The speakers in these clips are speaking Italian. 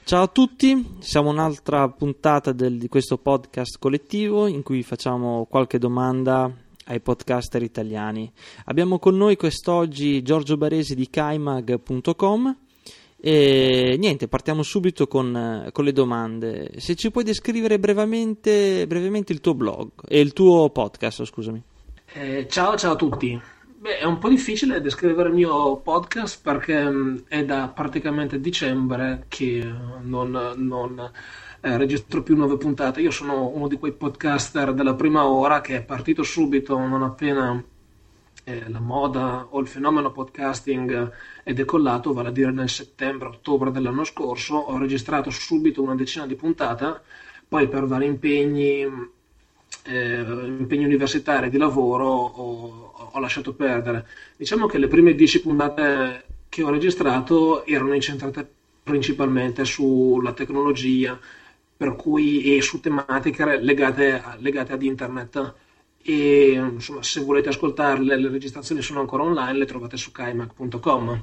Ciao a tutti, siamo un'altra puntata di questo podcast collettivo in cui facciamo qualche domanda ai podcaster italiani. Abbiamo con noi quest'oggi Giorgio Baresi di kaimag.com e niente, partiamo subito con le domande. Se ci puoi descrivere brevemente il tuo blog e il tuo podcast, scusami. Ciao a tutti. Beh, è un po' difficile descrivere il mio podcast perché è da praticamente dicembre che non registro più nuove puntate. Io sono uno di quei podcaster della prima ora che è partito subito non appena la moda o il fenomeno podcasting è decollato, vale a dire nel settembre-ottobre dell'anno scorso. Ho registrato subito una decina di puntate, poi per vari impegni universitari di lavoro ho lasciato perdere. Diciamo che le prime 10 puntate che ho registrato erano incentrate principalmente sulla tecnologia, per cui e su tematiche legate ad internet. E insomma, se volete ascoltarle, le registrazioni sono ancora online, le trovate su kaimag.com.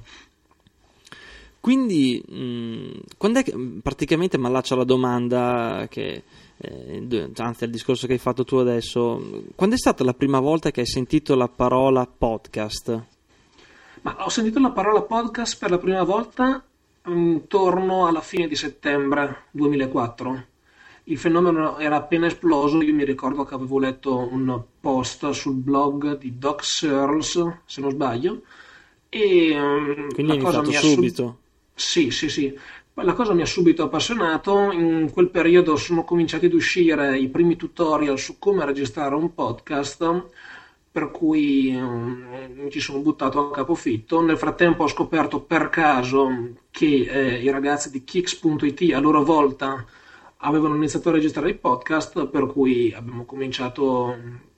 Quindi, quando è che praticamente mi allaccio alla domanda che anzi al discorso che hai fatto tu adesso, quando è stata la prima volta che hai sentito la parola podcast? Ma ho sentito la parola podcast per la prima volta intorno alla fine di settembre 2004. Il fenomeno era appena esploso. Io mi ricordo che avevo letto un post sul blog di Doc Searls, se non sbaglio, e Quindi la hai cosa iniziato mi ha subito. Sì. La cosa mi ha subito appassionato. In quel periodo sono cominciati ad uscire i primi tutorial su come registrare un podcast, per cui mi ci sono buttato a capofitto. Nel frattempo ho scoperto per caso che i ragazzi di Kicks.it a loro volta avevano iniziato a registrare i podcast, per cui abbiamo cominciato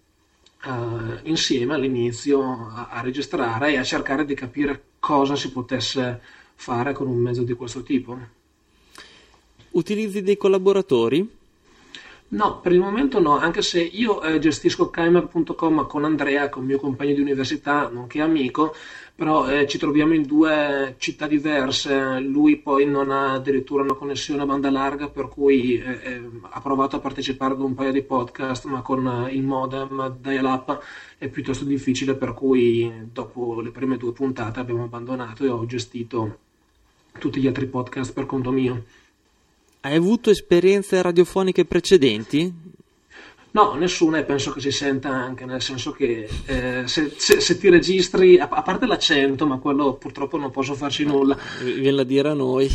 insieme all'inizio a registrare e a cercare di capire cosa si potesse fare con un mezzo di questo tipo. Utilizzi dei collaboratori? No, per il momento no, anche se io gestisco kaimag.com con Andrea, con mio compagno di università, nonché amico, però ci troviamo in due città diverse. Lui poi non ha addirittura una connessione a banda larga, per cui ha provato a partecipare ad un paio di podcast, ma con il modem dial-up è piuttosto difficile, per cui dopo le prime 2 puntate abbiamo abbandonato e ho gestito tutti gli altri podcast per conto mio. Hai avuto esperienze radiofoniche precedenti? No, nessuna, e penso che si senta anche, nel senso che se ti registri, a parte l'accento, ma quello purtroppo non posso farci nulla. Viene a dire a noi.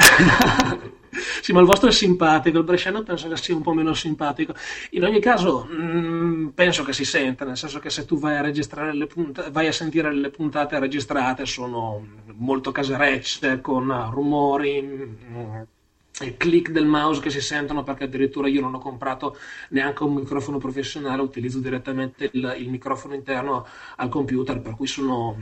Sì, ma il vostro è simpatico, il bresciano penso che sia un po' meno simpatico. In ogni caso, penso che si senta, nel senso che se tu vai a registrare vai a sentire le puntate registrate, sono molto caserecce, con rumori, il click del mouse che si sentono, perché addirittura io non ho comprato neanche un microfono professionale, utilizzo direttamente il microfono interno al computer, per cui sono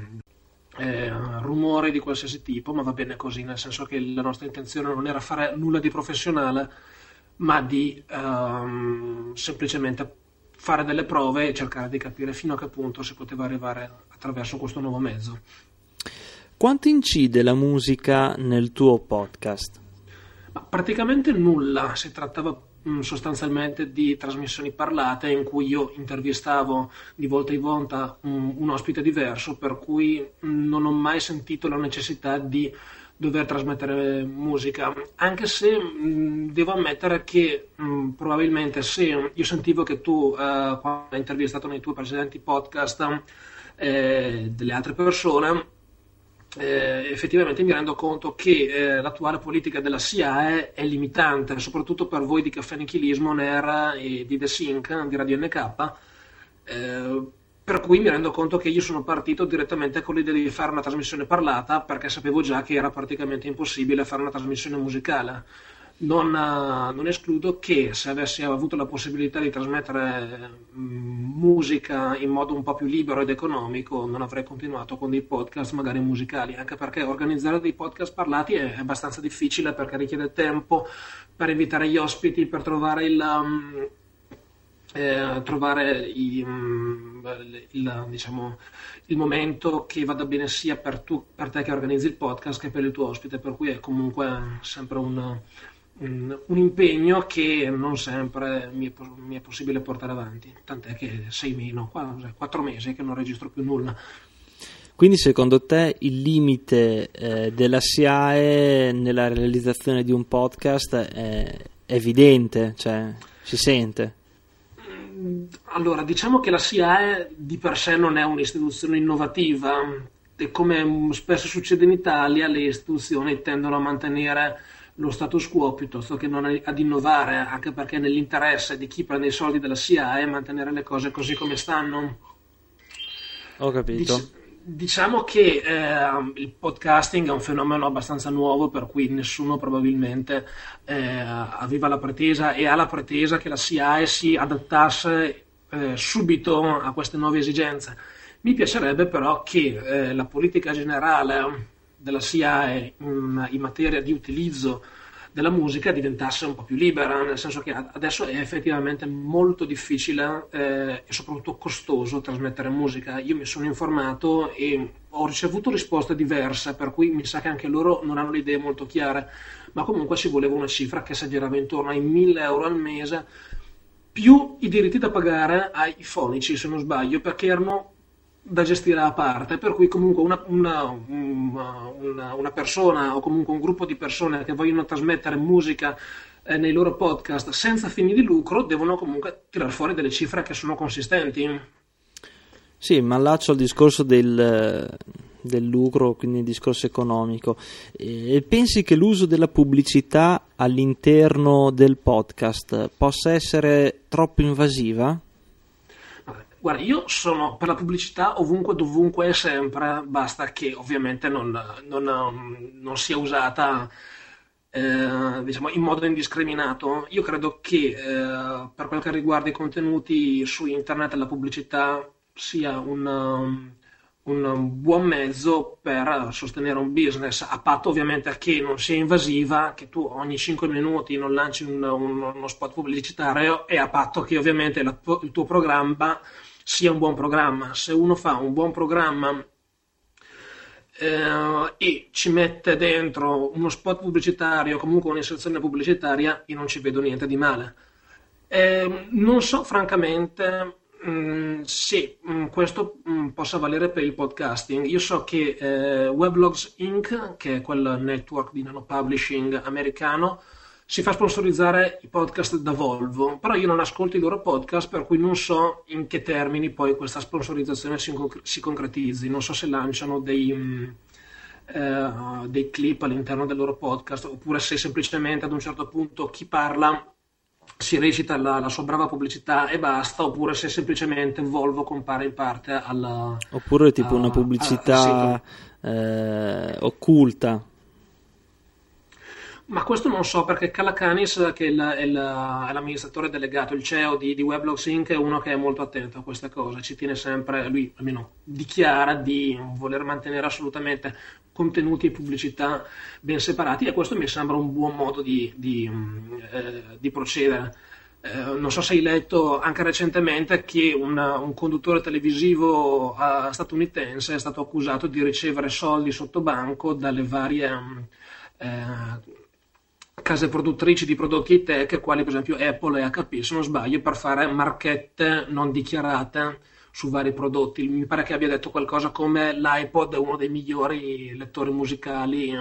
rumori di qualsiasi tipo, ma va bene così, nel senso che la nostra intenzione non era fare nulla di professionale, ma di semplicemente fare delle prove e cercare di capire fino a che punto si poteva arrivare attraverso questo nuovo mezzo. Quanto incide la musica nel tuo podcast? Ma praticamente nulla, si trattava sostanzialmente di trasmissioni parlate in cui io intervistavo di volta in volta un ospite diverso, per cui non ho mai sentito la necessità di dover trasmettere musica, anche se devo ammettere che probabilmente se io sentivo che tu quando hai intervistato nei tuoi precedenti podcast delle altre persone, effettivamente mi rendo conto che l'attuale politica della SIAE è limitante, soprattutto per voi di Caffè Nichilismo, NER e di The Sync, di Radio NK, per cui mi rendo conto che io sono partito direttamente con l'idea di fare una trasmissione parlata, perché sapevo già che era praticamente impossibile fare una trasmissione musicale. Non escludo che se avessi avuto la possibilità di trasmettere musica in modo un po' più libero ed economico, non avrei continuato con dei podcast magari musicali, anche perché organizzare dei podcast parlati è abbastanza difficile, perché richiede tempo per invitare gli ospiti, per trovare trovare diciamo, il momento che vada bene sia per te che organizzi il podcast che per il tuo ospite, per cui è comunque sempre un impegno che non sempre mi è possibile portare avanti, tant'è che 4 mesi che non registro più nulla. Quindi secondo te il limite della SIAE nella realizzazione di un podcast è evidente, cioè si sente? Allora, diciamo che la SIAE di per sé non è un'istituzione innovativa e come spesso succede in Italia le istituzioni tendono a mantenere lo status quo piuttosto che non ad innovare, anche perché è nell'interesse di chi prende i soldi della SIAE mantenere le cose così come stanno. Ho capito. Diciamo che il podcasting è un fenomeno abbastanza nuovo, per cui nessuno probabilmente aveva la pretesa e ha la pretesa che la SIAE si adattasse subito a queste nuove esigenze. Mi piacerebbe però che la politica generale della SIAE in materia di utilizzo della musica diventasse un po' più libera, nel senso che adesso è effettivamente molto difficile e soprattutto costoso trasmettere musica. Io mi sono informato e ho ricevuto risposte diverse, per cui mi sa che anche loro non hanno le idee molto chiare, ma comunque ci voleva una cifra che si aggirava intorno ai 1.000 euro al mese, più i diritti da pagare ai fonici, se non sbaglio, perché erano da gestire a parte, per cui comunque una persona o comunque un gruppo di persone che vogliono trasmettere musica nei loro podcast senza fini di lucro devono comunque tirar fuori delle cifre che sono consistenti. Sì, ma allaccio al discorso del lucro, quindi il discorso economico. Pensi che l'uso della pubblicità all'interno del podcast possa essere troppo invasiva? Guarda, io sono per la pubblicità ovunque, dovunque e sempre, basta che ovviamente non sia usata diciamo, in modo indiscriminato. Io credo che per quel che riguarda i contenuti su internet la pubblicità sia un buon mezzo per sostenere un business, a patto ovviamente che non sia invasiva, che tu ogni 5 minuti non lanci uno spot pubblicitario, e a patto che ovviamente il tuo programma sia un buon programma. Se uno fa un buon programma e ci mette dentro uno spot pubblicitario o comunque un'inserzione pubblicitaria, io non ci vedo niente di male. Non so francamente se questo possa valere per il podcasting. Io so che Weblogs Inc., che è quel network di nanopublishing americano, si fa sponsorizzare i podcast da Volvo, però io non ascolto i loro podcast, per cui non so in che termini poi questa sponsorizzazione si concretizzi. Non so se lanciano dei clip all'interno del loro podcast, oppure se semplicemente ad un certo punto chi parla si recita la sua brava pubblicità e basta, oppure se semplicemente Volvo compare in parte oppure tipo una pubblicità occulta. Ma questo non so, perché Calacanis, che è l'amministratore delegato, il CEO di Weblogs Inc., è uno che è molto attento a queste cose, ci tiene sempre, lui almeno dichiara di voler mantenere assolutamente contenuti e pubblicità ben separati, e questo mi sembra un buon modo di procedere. Non so se hai letto anche recentemente che un conduttore televisivo statunitense è stato accusato di ricevere soldi sotto banco dalle varie case produttrici di prodotti high-tech, quali per esempio Apple e HP, se non sbaglio, per fare marchette non dichiarate su vari prodotti. Mi pare che abbia detto qualcosa come l'iPod è uno dei migliori lettori musicali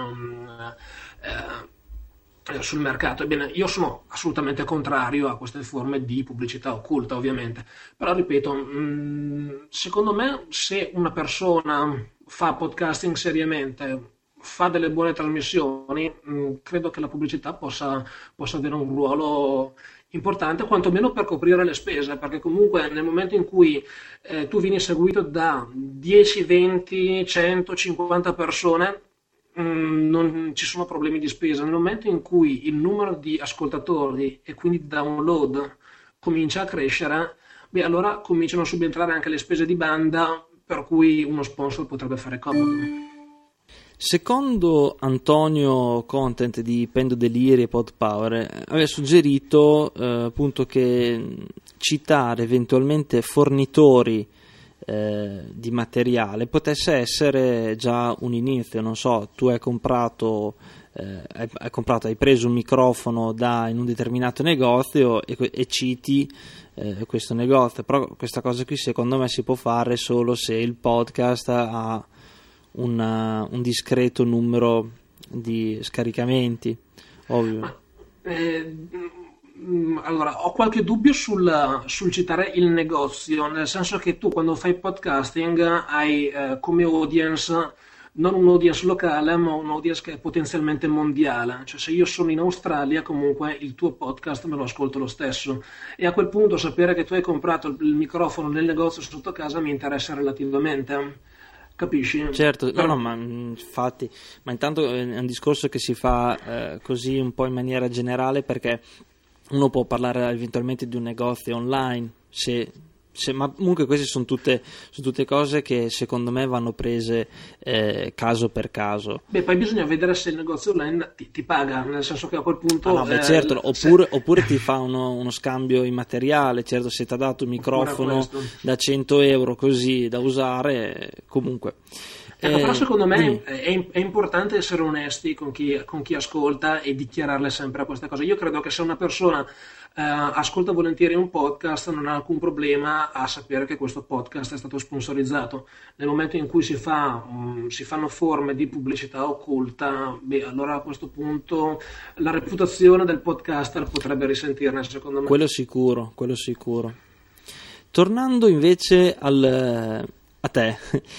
sul mercato. Ebbene, io sono assolutamente contrario a queste forme di pubblicità occulta, ovviamente, però ripeto, secondo me se una persona fa podcasting seriamente, fa delle buone trasmissioni, credo che la pubblicità possa avere un ruolo importante, quantomeno per coprire le spese, perché comunque nel momento in cui tu vieni seguito da 10, 20, 100, 50 persone, non ci sono problemi di spesa. Nel momento in cui il numero di ascoltatori e quindi download comincia a crescere, beh, allora cominciano a subentrare anche le spese di banda, per cui uno sponsor potrebbe fare comodo. Secondo Antonio Content di Pendo Deliri e Podpower aveva suggerito appunto che citare eventualmente fornitori di materiale potesse essere già un inizio. Non so, tu hai preso un microfono in un determinato negozio e citi questo negozio, però questa cosa qui secondo me si può fare solo se il podcast ha un discreto numero di scaricamenti, ovvio. Allora, ho qualche dubbio sul citare il negozio, nel senso che tu quando fai podcasting hai come audience non un audience locale, ma un audience che è potenzialmente mondiale. Cioè, se io sono in Australia, comunque il tuo podcast me lo ascolto lo stesso. E a quel punto sapere che tu hai comprato il microfono nel negozio sotto casa mi interessa relativamente. Capisci? Certo, no, ma infatti, ma intanto è un discorso che si fa così un po' in maniera generale, perché uno può parlare eventualmente di un negozio online, ma comunque queste sono tutte cose che secondo me vanno prese caso per caso. Beh, poi bisogna vedere se il negozio online ti paga, nel senso che a quel punto... no, beh, certo, oppure ti fa uno scambio immateriale, certo, se ti ha dato un microfono da 100 euro così da usare, comunque... però secondo me è importante essere onesti con chi ascolta e dichiararle sempre a queste cose. Io credo che se una persona ascolta volentieri un podcast non ha alcun problema a sapere che questo podcast è stato sponsorizzato. Nel momento in cui si fanno forme di pubblicità occulta, beh, allora a questo punto la reputazione del podcaster potrebbe risentirne, secondo me. Quello sicuro. Tornando invece a te,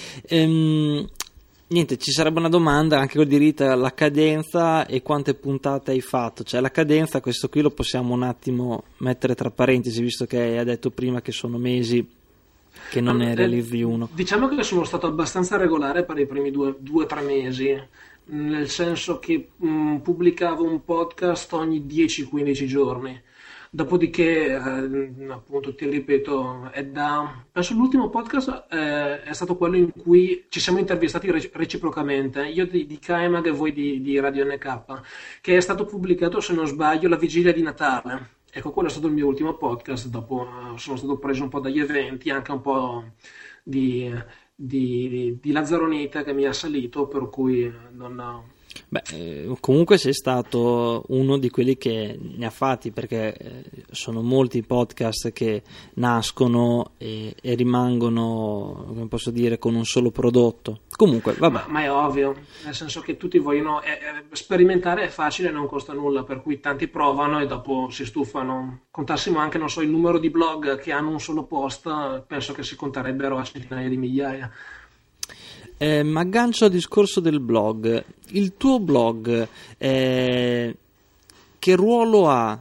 niente, ci sarebbe una domanda anche con diritto alla cadenza e quante puntate hai fatto. Cioè la cadenza, questo qui lo possiamo un attimo mettere tra parentesi, visto che hai detto prima che sono mesi che non ne realizzi uno. Diciamo che sono stato abbastanza regolare per i primi 2-3 mesi, nel senso che pubblicavo un podcast ogni 10-15 giorni. Dopodiché, appunto, ti ripeto, penso l'ultimo podcast è stato quello in cui ci siamo intervistati reciprocamente, io di Kaimag e voi di Radio NK, che è stato pubblicato, se non sbaglio, la vigilia di Natale. Ecco, quello è stato il mio ultimo podcast, dopo sono stato preso un po' dagli eventi, anche un po' di lazzaronite che mi ha salito, per cui non... Beh, comunque sei stato uno di quelli che ne ha fatti, perché sono molti podcast che nascono e rimangono, come posso dire, con un solo prodotto. Comunque, vabbè. Ma è ovvio, nel senso che tutti vogliono sperimentare, è facile, non costa nulla, per cui tanti provano e dopo si stufano. Contassimo anche, non so, il numero di blog che hanno un solo post, penso che si conterebbero a centinaia di migliaia. Ma aggancio al discorso del blog. Il tuo blog che ruolo ha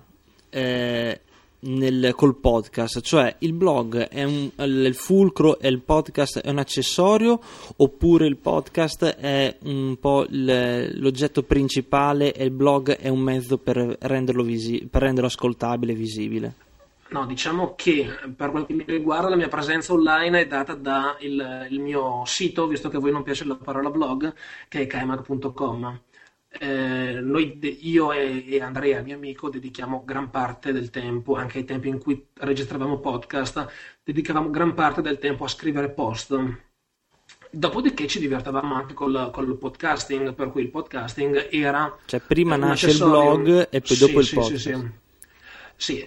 col podcast? Cioè il blog è il fulcro e il podcast è un accessorio, oppure il podcast è un po' l'oggetto principale e il blog è un mezzo per renderlo ascoltabile e visibile? No, diciamo che per quel che mi riguarda la mia presenza online è data da il mio sito, visto che a voi non piace la parola blog, che è kaimag.com. Io e Andrea, mio amico, dedichiamo gran parte del tempo, anche ai tempi in cui registravamo podcast, dedicavamo gran parte del tempo a scrivere post. Dopodiché ci divertavamo anche col podcasting, per cui il podcasting era... Cioè prima nasce il blog e poi dopo il podcast. Sì,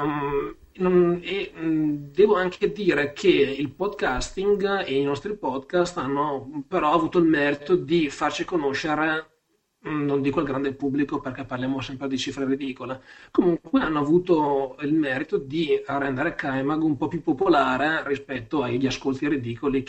devo anche dire che il podcasting e i nostri podcast hanno però avuto il merito di farci conoscere, non dico al grande pubblico perché parliamo sempre di cifre ridicole, comunque hanno avuto il merito di rendere Kaimag un po' più popolare rispetto agli ascolti ridicoli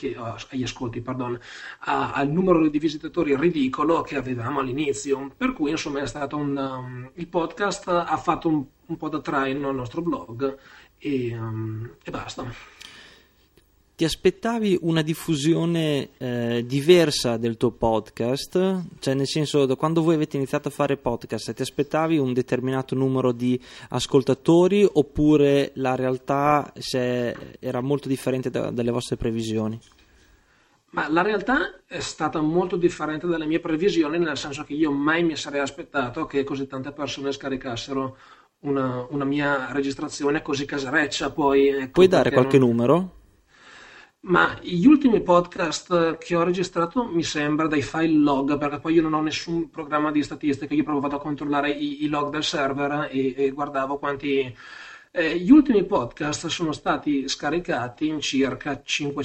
al numero di visitatori ridicolo che avevamo all'inizio, per cui insomma è stato il podcast ha fatto un po' da traino al nostro blog e basta. Ti aspettavi una diffusione diversa del tuo podcast? Cioè, nel senso, da quando voi avete iniziato a fare podcast, ti aspettavi un determinato numero di ascoltatori, oppure la realtà era molto differente dalle vostre previsioni? Ma la realtà è stata molto differente dalle mie previsioni, nel senso che io mai mi sarei aspettato che così tante persone scaricassero una mia registrazione così casareccia. Poi, ecco, Puoi dare perché qualche numero? ma gli ultimi podcast che ho registrato mi sembra dai file log, perché poi io non ho nessun programma di statistica, io proprio vado a controllare i log del server e guardavo quanti. Gli ultimi podcast sono stati scaricati in circa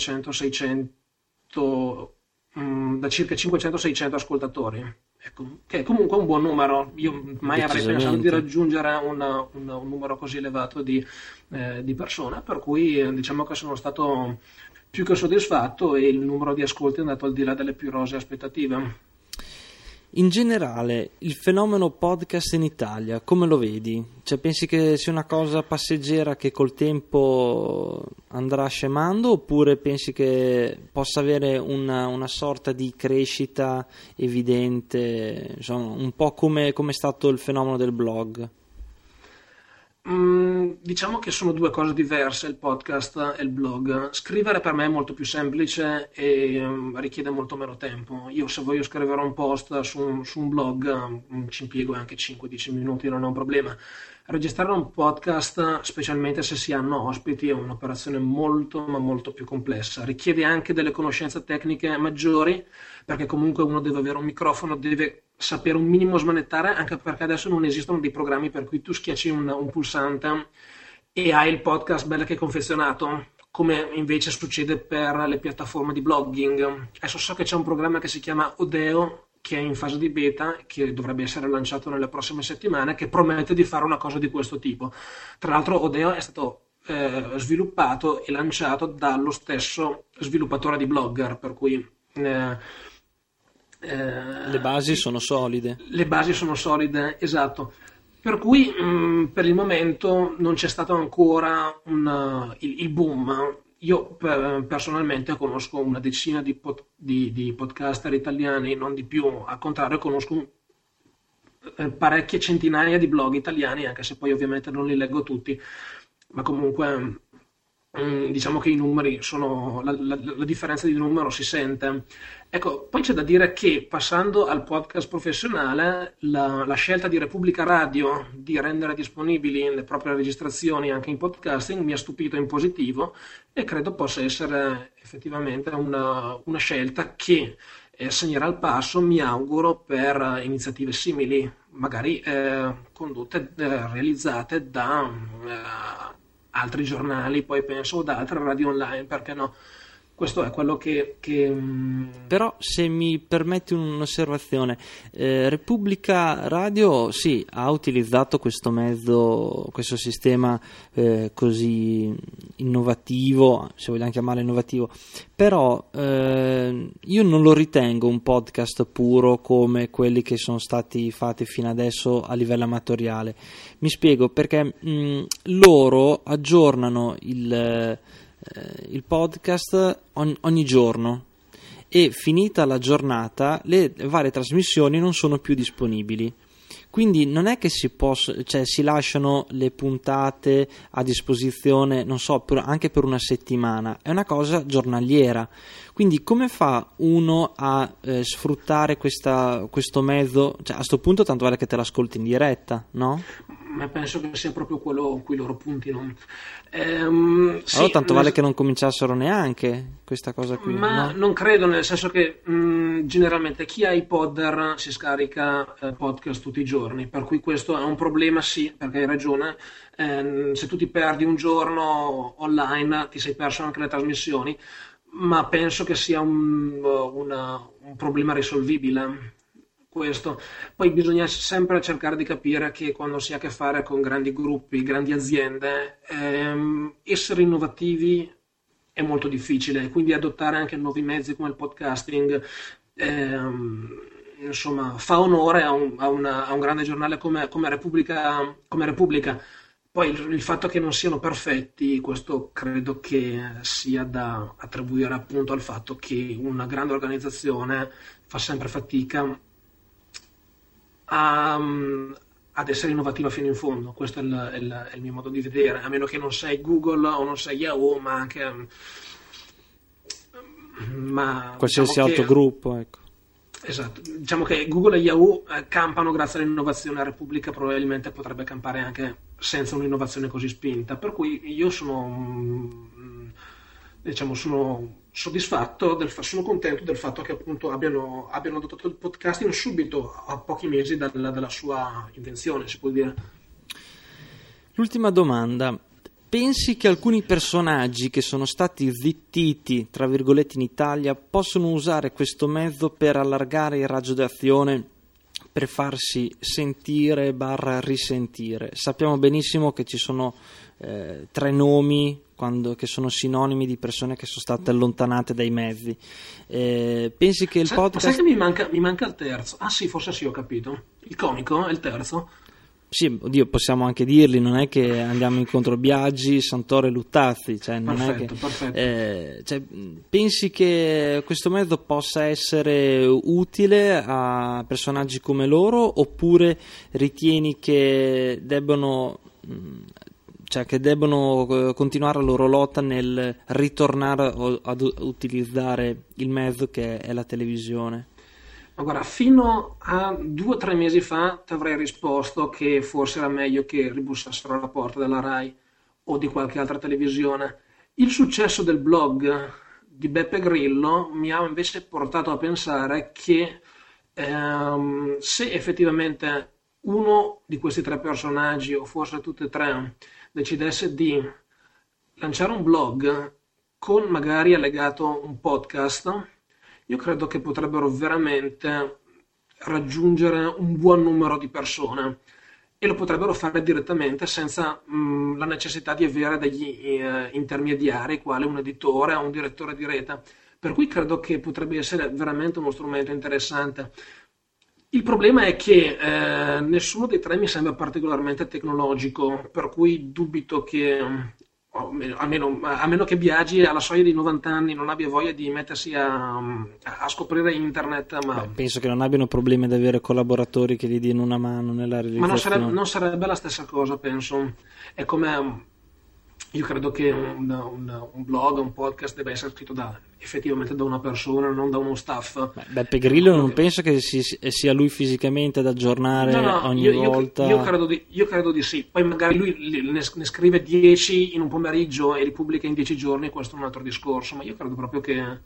500-600, da circa 500-600 ascoltatori. Ecco, che è comunque un buon numero. Io mai avrei pensato di Decisamente. raggiungere un numero così elevato di persone, per cui diciamo che sono stato più che soddisfatto e il numero di ascolti è andato al di là delle più rosee aspettative. In generale, il fenomeno podcast in Italia, come lo vedi? Cioè, pensi che sia una cosa passeggera che col tempo andrà scemando, oppure pensi che possa avere una sorta di crescita evidente, insomma, un po' come è stato il fenomeno del blog? Diciamo che sono due cose diverse, il podcast e il blog. Scrivere per me è molto più semplice e richiede molto meno tempo. Io se voglio scrivere un post su un blog ci impiego anche 5-10 minuti, non è un problema. Registrare un podcast, specialmente se si hanno ospiti, è un'operazione molto ma molto più complessa. Richiede anche delle conoscenze tecniche maggiori, perché comunque uno deve avere un microfono, deve sapere un minimo smanettare, anche perché adesso non esistono dei programmi per cui tu schiacci un pulsante e hai il podcast bello che è confezionato, come invece succede per le piattaforme di blogging. Adesso so che c'è un programma che si chiama Odeo, che è in fase di beta, che dovrebbe essere lanciato nelle prossime settimane, che promette di fare una cosa di questo tipo. Tra l'altro Odeo è stato sviluppato e lanciato dallo stesso sviluppatore di Blogger, per cui Le basi sono solide. le basi sono solide, esatto. Per cui per il momento non c'è stato ancora il boom. Io personalmente conosco una decina di podcaster italiani, non di più, al contrario conosco parecchie centinaia di blog italiani, anche se poi ovviamente non li leggo tutti, ma comunque diciamo che i numeri sono, la differenza di numero si sente. Ecco, poi c'è da dire che passando al podcast professionale, la scelta di Repubblica Radio di rendere disponibili le proprie registrazioni anche in podcasting mi ha stupito in positivo e credo possa essere effettivamente una scelta che segnerà il passo, mi auguro, per iniziative simili, magari condotte, realizzate da altri giornali, poi penso, o da altre radio online, perché no? Questo è quello che. Però se mi permetti un'osservazione, Repubblica Radio sì, ha utilizzato questo mezzo, questo sistema così innovativo, se vogliamo chiamarlo innovativo, però io non lo ritengo un podcast puro come quelli che sono stati fatti fino adesso a livello amatoriale. Mi spiego, perché loro aggiornano il podcast ogni giorno e finita la giornata le varie trasmissioni non sono più disponibili, quindi non è che si lasciano le puntate a disposizione, non so, anche per una settimana, è una cosa giornaliera. Quindi come fa uno a sfruttare questo mezzo? Cioè, a sto punto tanto vale che te l'ascolti in diretta, no? Ma penso che sia proprio quello a cui loro puntino. Allora Sì, tanto vale che non cominciassero neanche questa cosa qui, ma no? non credo, nel senso che generalmente chi ha i podder si scarica podcast tutti i giorni, per cui questo è un problema, sì, perché hai ragione. Se tu ti perdi un giorno online, ti sei perso anche le trasmissioni, ma penso che sia un problema risolvibile. Questo. Poi bisogna sempre cercare di capire che quando si ha a che fare con grandi gruppi, grandi aziende, essere innovativi è molto difficile, quindi adottare anche nuovi mezzi come il podcasting, insomma, fa onore a un grande giornale come Repubblica. Poi il fatto che non siano perfetti, questo credo che sia da attribuire appunto al fatto che una grande organizzazione fa sempre fatica a- ad essere innovativa fino in fondo. Questo è il mio modo di vedere, a meno che non sei Google o non sei Yahoo, ma anche. Ma diciamo Qualsiasi altro che. gruppo, ecco. Esatto, diciamo che Google e Yahoo campano grazie all'innovazione, la Repubblica probabilmente potrebbe campare anche senza un'innovazione così spinta, per cui io sono soddisfatto, sono contento del fatto che appunto abbiano adottato il podcasting subito a pochi mesi dalla sua invenzione, si può dire. L'ultima domanda. Pensi che alcuni personaggi che sono stati zittiti, tra virgolette, in Italia possono usare questo mezzo per allargare il raggio d'azione, per farsi sentire / risentire? Sappiamo benissimo che ci sono 3 nomi che sono sinonimi di persone che sono state allontanate dai mezzi. Pensi che il podcast... Sai che mi manca il terzo? Ah sì, forse sì, ho capito. Il comico è il terzo? Sì, oddio, possiamo anche dirli, non è che andiamo incontro a Biagi, Santoro e Luttazzi, cioè non Perfetto, è che pensi che questo mezzo possa essere utile a personaggi come loro, oppure ritieni che debbono continuare la loro lotta nel ritornare ad utilizzare il mezzo che è la televisione? Ma guarda, fino a 2 o 3 mesi fa ti avrei risposto che forse era meglio che ribussassero alla porta della Rai o di qualche altra televisione. Il successo del blog di Beppe Grillo mi ha invece portato a pensare che se effettivamente uno di questi 3 personaggi, o forse tutti e 3, decidesse di lanciare un blog con magari allegato un podcast, io credo che potrebbero veramente raggiungere un buon numero di persone e lo potrebbero fare direttamente senza la necessità di avere degli intermediari, quale un editore o un direttore di rete. Per cui credo che potrebbe essere veramente uno strumento interessante. Il problema è che nessuno dei 3 mi sembra particolarmente tecnologico, per cui dubito che... a meno che Biagi alla soglia di 90 anni non abbia voglia di mettersi a scoprire internet, ma penso che non abbiano problemi ad avere collaboratori che gli diano una mano nella realizzazione. Ma non sarebbe la stessa cosa, penso. È come io credo che un blog, un podcast debba essere scritto effettivamente da una persona, non da uno staff. Beppe Grillo non penso che sia lui fisicamente ad aggiornare ogni volta. Io credo di sì. Poi magari lui ne scrive 10 in un pomeriggio e li pubblica in 10 giorni, questo è un altro discorso, ma io credo proprio che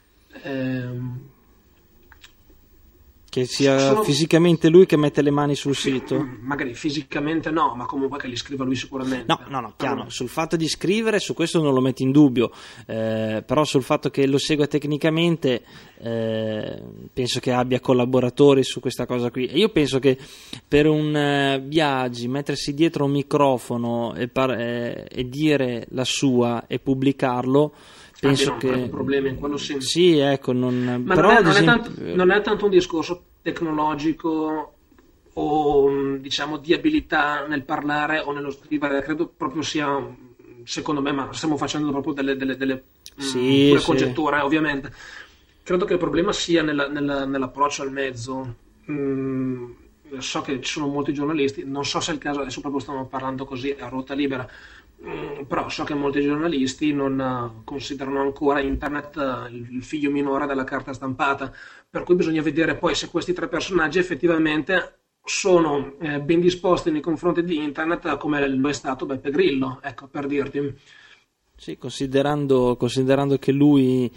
sia fisicamente lui che mette le mani sul sito? Magari fisicamente no, ma comunque che li scriva lui sicuramente. No, chiaro, sul fatto di scrivere, su questo non lo metti in dubbio, però sul fatto che lo segua tecnicamente penso che abbia collaboratori su questa cosa qui. E io penso che per un Biagi mettersi dietro un microfono e dire la sua e pubblicarlo, penso che problemi in quello senso. Sì, ecco, ma però non è tanto un discorso tecnologico o diciamo di abilità nel parlare o nello scrivere, credo proprio sia, secondo me, ma stiamo facendo proprio delle congetture, ovviamente. Credo che il problema sia nell'approccio al mezzo. So che ci sono molti giornalisti, non so se è il caso, adesso proprio stiamo parlando così a ruota libera, però so che molti giornalisti non considerano ancora internet il figlio minore della carta stampata, per cui bisogna vedere poi se questi 3 personaggi effettivamente sono ben disposti nei confronti di internet come lo è stato Beppe Grillo, ecco, per dirti. Sì, considerando che lui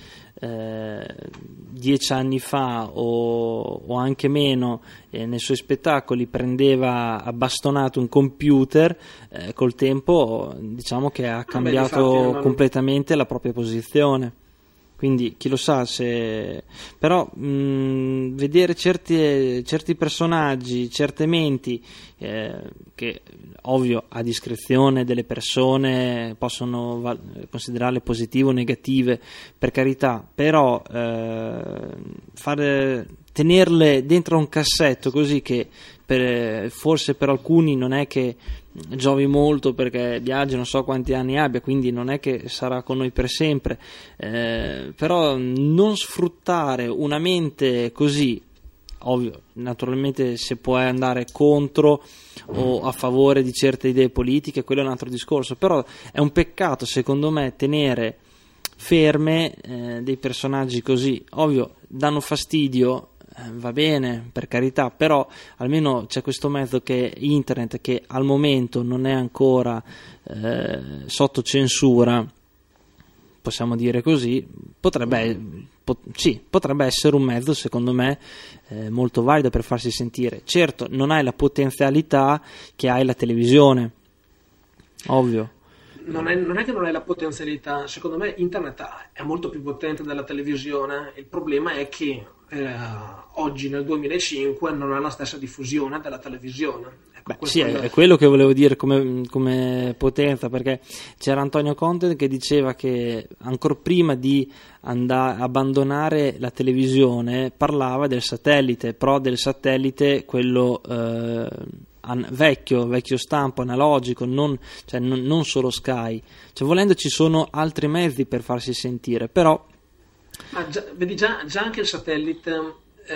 10 anni fa o anche meno nei suoi spettacoli prendeva a bastonato un computer, col tempo diciamo che ha cambiato completamente la propria posizione. Quindi chi lo sa, però vedere certi personaggi, certe menti che ovvio a discrezione delle persone possono considerarle positive o negative, per carità, però tenerle dentro un cassetto così che forse per alcuni non è che giovi molto, perché Biagi non so quanti anni abbia, quindi non è che sarà con noi per sempre, però non sfruttare una mente così, ovvio, naturalmente se puoi andare contro o a favore di certe idee politiche, quello è un altro discorso, però è un peccato secondo me tenere ferme dei personaggi così, ovvio danno fastidio va bene, per carità, però almeno c'è questo mezzo che è internet, che al momento non è ancora sotto censura, possiamo dire così, potrebbe essere un mezzo, secondo me, molto valido per farsi sentire. Certo, non hai la potenzialità che hai la televisione, ovvio. Non è che non hai la potenzialità, secondo me internet è molto più potente della televisione, il problema è che oggi nel 2005 non ha la stessa diffusione della televisione. Ecco, Sì, è quello che volevo dire come potenza, perché c'era Antonio Conte che diceva che ancora prima di abbandonare la televisione parlava del satellite, però del satellite quello vecchio stampo, analogico, non solo Sky, cioè volendo ci sono altri mezzi per farsi sentire, però vedi già anche il satellite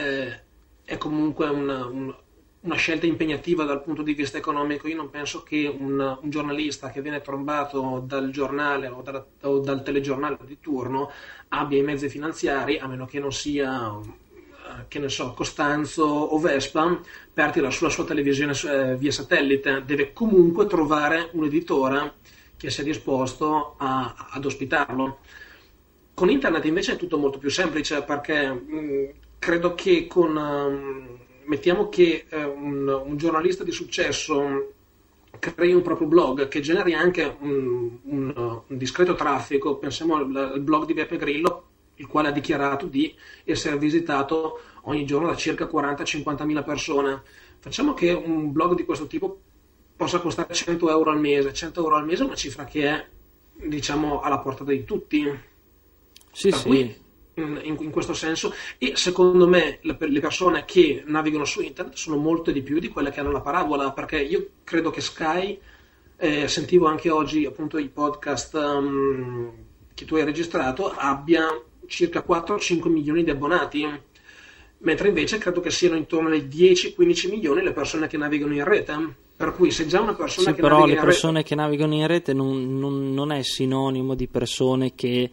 è comunque una scelta impegnativa dal punto di vista economico. Io non penso che un giornalista che viene trombato dal giornale o dal telegiornale di turno abbia i mezzi finanziari, a meno che non sia, che ne so, Costanzo o Vespa, per tirare sulla sua televisione via satellite. Deve comunque trovare un editore che sia disposto ad ospitarlo. Con internet invece è tutto molto più semplice, perché credo che mettiamo che un giornalista di successo crei un proprio blog che generi anche un discreto traffico. Pensiamo al blog di Beppe Grillo, il quale ha dichiarato di essere visitato ogni giorno da circa 40-50 mila persone. Facciamo che un blog di questo tipo possa costare 100 euro al mese. 100 euro al mese è una cifra che è, diciamo, alla portata di tutti. Sì, sì. In questo senso, e secondo me le persone che navigano su internet sono molte di più di quelle che hanno la parabola, perché io credo che Sky, sentivo anche oggi appunto i podcast che tu hai registrato, abbia circa 4-5 milioni di abbonati, mentre invece credo che siano intorno ai 10-15 milioni le persone che navigano in rete. Per cui se già una persona sì, che però naviga le persone che navigano in rete non è sinonimo di persone che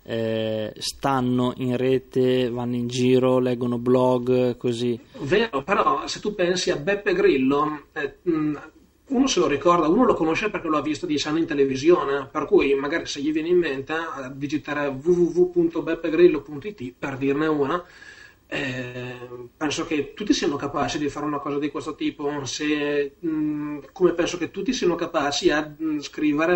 stanno in rete, vanno in giro, leggono blog, così. Vero, però se tu pensi a Beppe Grillo, uno se lo ricorda, uno lo conosce perché lo ha visto 10 anni in televisione, per cui magari se gli viene in mente a digitare www.beppegrillo.it, per dirne una, penso che tutti siano capaci di fare una cosa di questo tipo, come penso che tutti siano capaci a scrivere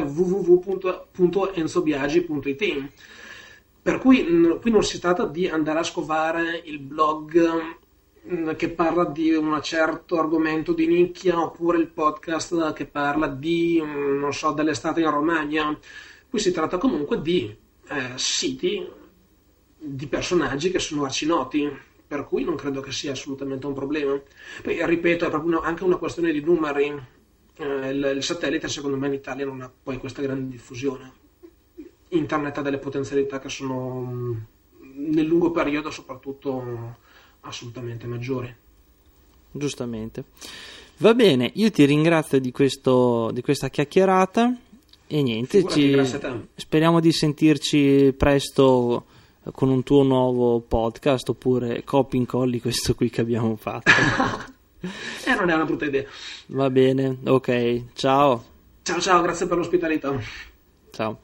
www.enzobiagi.it. Per cui qui non si tratta di andare a scovare il blog che parla di un certo argomento di nicchia, oppure il podcast che parla di, non so, dell'estate in Romagna. Qui si tratta comunque di siti di personaggi che sono arcinoti, per cui non credo che sia assolutamente un problema. Poi, ripeto, è proprio anche una questione di numeri. Il satellite secondo me in Italia non ha poi questa grande diffusione. Internet ha delle potenzialità che sono nel lungo periodo soprattutto assolutamente maggiori. Giustamente. Va bene, io ti ringrazio di questa chiacchierata e niente, grazie a te. Speriamo di sentirci presto con un tuo nuovo podcast, oppure copia e incolli questo qui che abbiamo fatto. Non è una brutta idea. Va bene, ok, ciao. Ciao, grazie per l'ospitalità. Ciao.